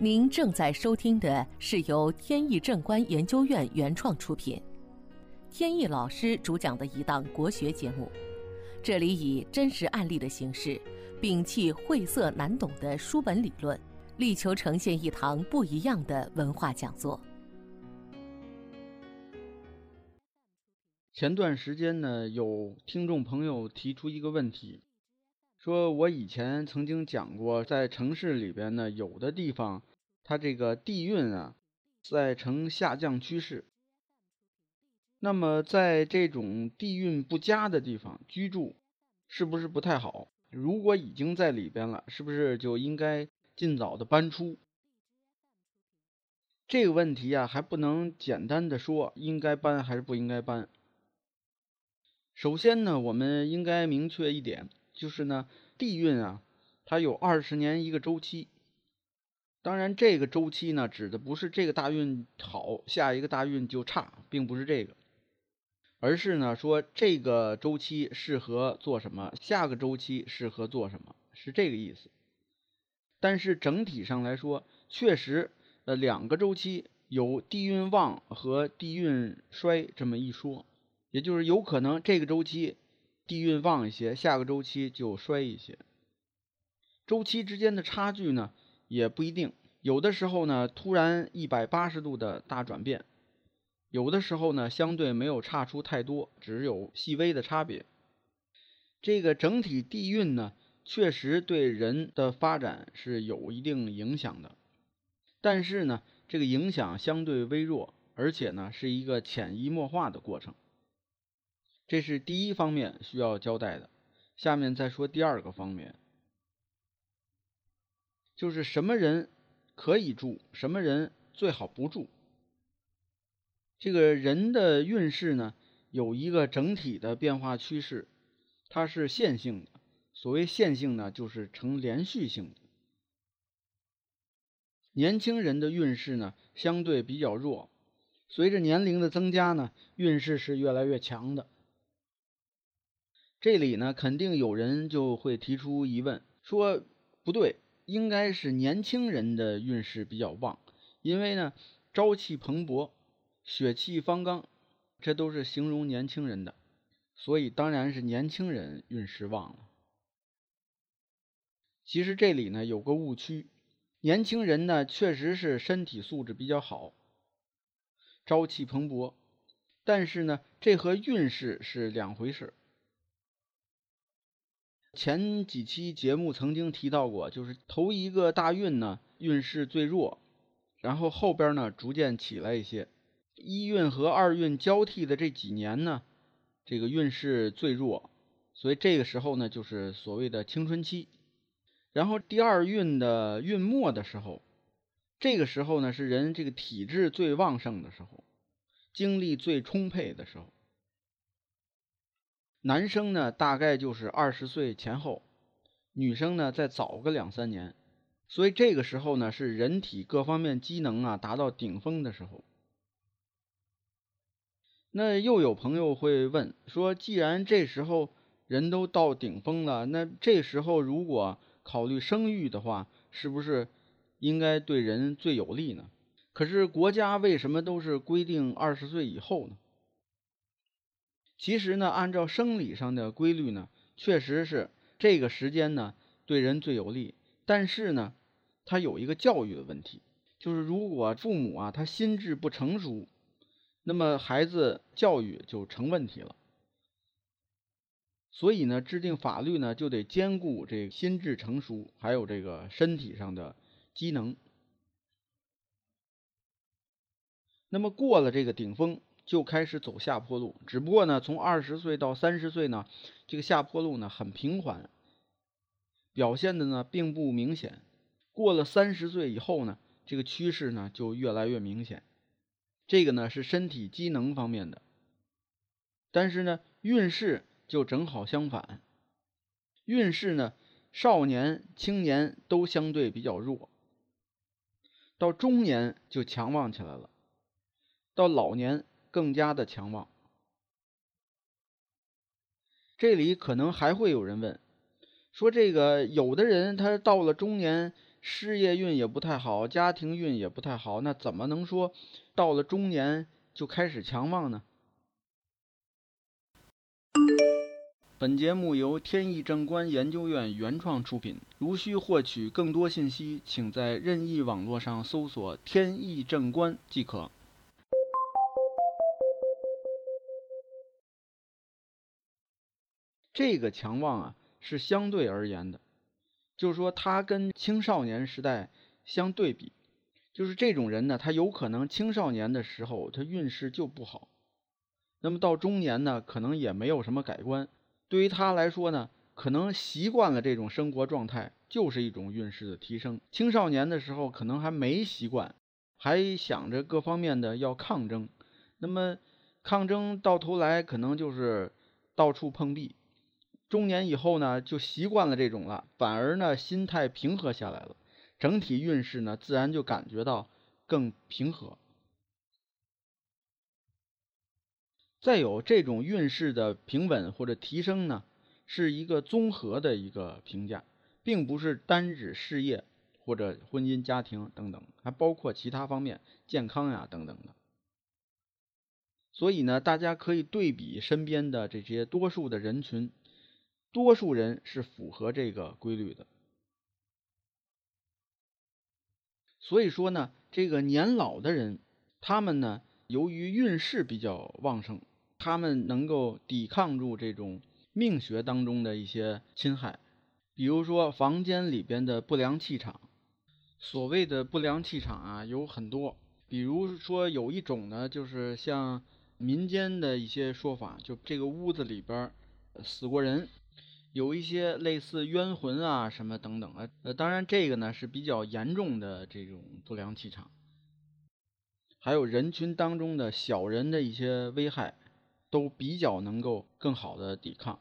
您正在收听的是由天意正观研究院原创出品，天意老师主讲的一档国学节目。这里以真实案例的形式，摒弃晦涩难懂的书本理论，力求呈现一堂不一样的文化讲座。 前段时间呢，有听众朋友提出一个问题，说我以前曾经讲过，在城市里边呢，有的地方它这个地运啊在呈下降趋势。那么在这种地运不佳的地方居住是不是不太好？如果已经在里边了，是不是就应该尽早的搬出？这个问题啊，还不能简单的说应该搬还是不应该搬。首先呢，我们应该明确一点，就是呢，地运啊，它有20年一个周期。当然，这个周期呢，指的不是这个大运好，下一个大运就差，并不是这个，而是呢，说这个周期适合做什么，下个周期适合做什么，是这个意思。但是整体上来说，确实，两个周期有地运旺和地运衰这么一说。也就是有可能这个周期地运旺一些，下个周期就衰一些。周期之间的差距呢也不一定，有的时候呢突然180度的大转变，有的时候呢相对没有差出太多，只有细微的差别。这个整体地运呢确实对人的发展是有一定影响的，但是呢这个影响相对微弱，而且呢是一个潜移默化的过程。这是第一方面需要交代的。下面再说第二个方面，就是什么人可以住，什么人最好不住。这个人的运势呢有一个整体的变化趋势，它是线性的。所谓线性呢，就是呈连续性的。年轻人的运势呢相对比较弱，随着年龄的增加呢，运势是越来越强的。这里呢，肯定有人就会提出疑问，说不对，应该是年轻人的运势比较旺，因为呢，朝气蓬勃，血气方刚，这都是形容年轻人的，所以当然是年轻人运势旺了。其实这里呢有个误区，年轻人呢确实是身体素质比较好，朝气蓬勃，但是呢，这和运势是两回事。前几期节目曾经提到过，就是头一个大运呢运势最弱，然后后边呢逐渐起来一些。一运和二运交替的这几年呢，这个运势最弱，所以这个时候呢就是所谓的青春期。然后第二运的运末的时候，这个时候呢是人这个体质最旺盛的时候，精力最充沛的时候。男生呢大概就是20岁前后，女生呢再早个2-3年，所以这个时候呢是人体各方面机能啊达到顶峰的时候。那又有朋友会问说，既然这时候人都到顶峰了，那这时候如果考虑生育的话，是不是应该对人最有利呢？可是国家为什么都是规定20岁以后呢？其实呢，按照生理上的规律呢，确实是这个时间呢对人最有利。但是呢，它有一个教育的问题，就是如果父母啊他心智不成熟，那么孩子教育就成问题了。所以呢，制定法律呢就得兼顾这个心智成熟，还有这个身体上的机能。那么过了这个顶峰，就开始走下坡路，只不过呢，从20岁到30岁呢，这个下坡路呢很平缓，表现的呢并不明显。过了30岁以后呢，这个趋势呢就越来越明显。这个呢是身体机能方面的，但是呢，运势就正好相反。运势呢，少年、青年都相对比较弱，到中年就强旺起来了，到老年更加的强旺。这里可能还会有人问，说这个有的人他到了中年， 事业运也不太好，家庭运也不太好，那怎么能说到了中年就开始强旺呢？本节目由天意正观研究院原创出品，如需获取更多信息，请在任意网络上搜索天意正观即可。这个强旺啊是相对而言的，就是说他跟青少年时代相对比，就是这种人呢，他有可能青少年的时候他运势就不好，那么到中年呢可能也没有什么改观，对于他来说呢，可能习惯了这种生活状态就是一种运势的提升。青少年的时候可能还没习惯，还想着各方面的要抗争，那么抗争到头来可能就是到处碰壁。中年以后呢就习惯了这种了，反而呢心态平和下来了，整体运势呢自然就感觉到更平和。再有这种运势的平稳或者提升呢，是一个综合的一个评价，并不是单指事业或者婚姻家庭等等，还包括其他方面，健康呀等等的。所以呢，大家可以对比身边的这些多数的人群，多数人是符合这个规律的。所以说呢，这个年老的人，他们呢，由于运势比较旺盛，他们能够抵抗住这种命学当中的一些侵害，比如说房间里边的不良气场。所谓的不良气场啊，有很多，比如说有一种呢，就是像民间的一些说法，就这个屋子里边死过人，有一些类似冤魂啊什么等等当然这个呢是比较严重的这种不良气场，还有人群当中的小人的一些危害，都比较能够更好的抵抗。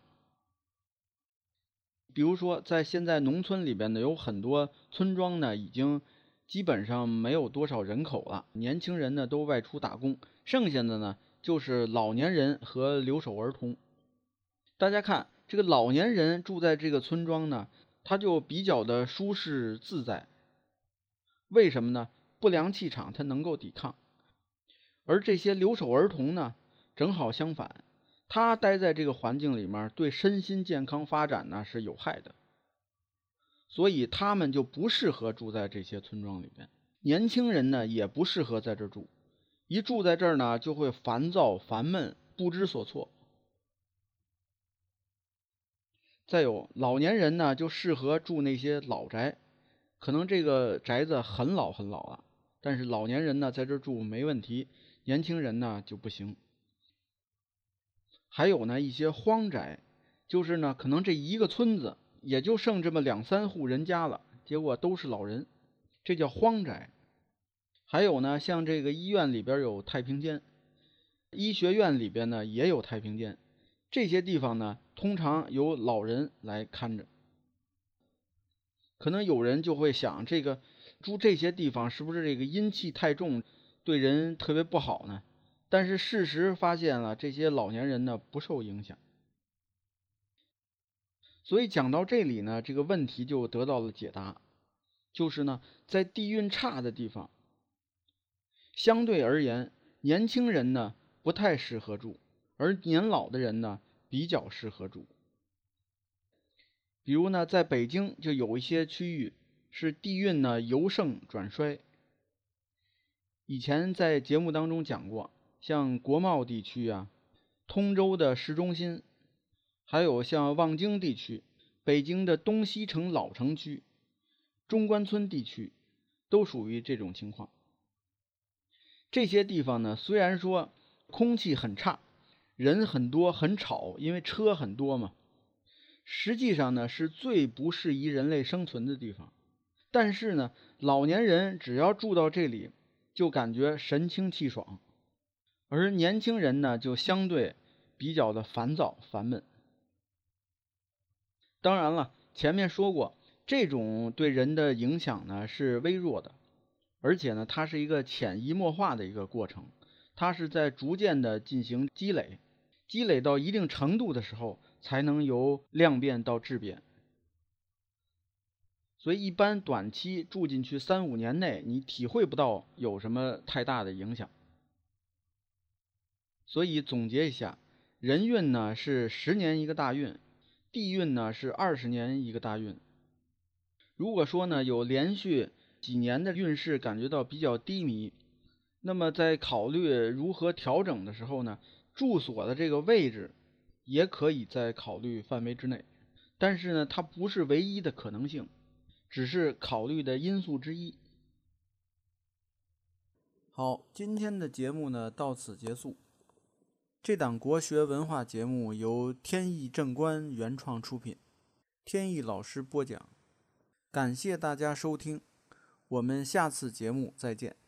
比如说在现在农村里边呢，有很多村庄呢已经基本上没有多少人口了，年轻人呢都外出打工，剩下的呢就是老年人和留守儿童。大家看这个老年人住在这个村庄呢，他就比较的舒适自在。为什么呢？不良气场他能够抵抗，而这些留守儿童呢，正好相反，他待在这个环境里面，对身心健康发展呢是有害的，所以他们就不适合住在这些村庄里边。年轻人呢也不适合在这儿住，一住在这儿呢就会烦躁烦闷，不知所措。再有老年人呢就适合住那些老宅，可能这个宅子很老很老了，但是老年人呢在这住没问题，年轻人呢就不行。还有呢一些荒宅，就是呢可能这一个村子也就剩这么2、3户人家了，结果都是老人，这叫荒宅。还有呢像这个医院里边有太平间，医学院里边呢也有太平间，这些地方呢通常由老人来看着。可能有人就会想，这个住这些地方是不是这个阴气太重，对人特别不好呢？但是事实发现了，这些老年人呢不受影响。所以讲到这里呢，这个问题就得到了解答，就是呢在地运差的地方，相对而言年轻人呢不太适合住，而年老的人呢比较适合住。比如呢在北京就有一些区域是地运呢由盛转衰，以前在节目当中讲过，像国贸地区啊，通州的市中心，还有像望京地区，北京的东西城老城区，中关村地区，都属于这种情况。这些地方呢虽然说空气很差，人很多很吵，因为车很多嘛，实际上呢是最不适宜人类生存的地方。但是呢老年人只要住到这里就感觉神清气爽，而年轻人呢就相对比较的烦躁烦闷。当然了，前面说过，这种对人的影响呢是微弱的，而且呢它是一个潜移默化的一个过程，它是在逐渐的进行积累，积累到一定程度的时候才能由量变到质变。 所以一般短期住进去3-5年内，你体会不到有什么太大的影响。所以总结一下，人运呢是10年一个大运，地运呢是20年一个大运。如果说呢有连续几年的运势感觉到比较低迷，那么在考虑如何调整的时候呢，住所的这个位置也可以在考虑范围之内，但是呢它不是唯一的可能性，只是考虑的因素之一。好，今天的节目呢到此结束。这档国学文化节目由天意正观原创出品，天意老师播讲，感谢大家收听，我们下次节目再见。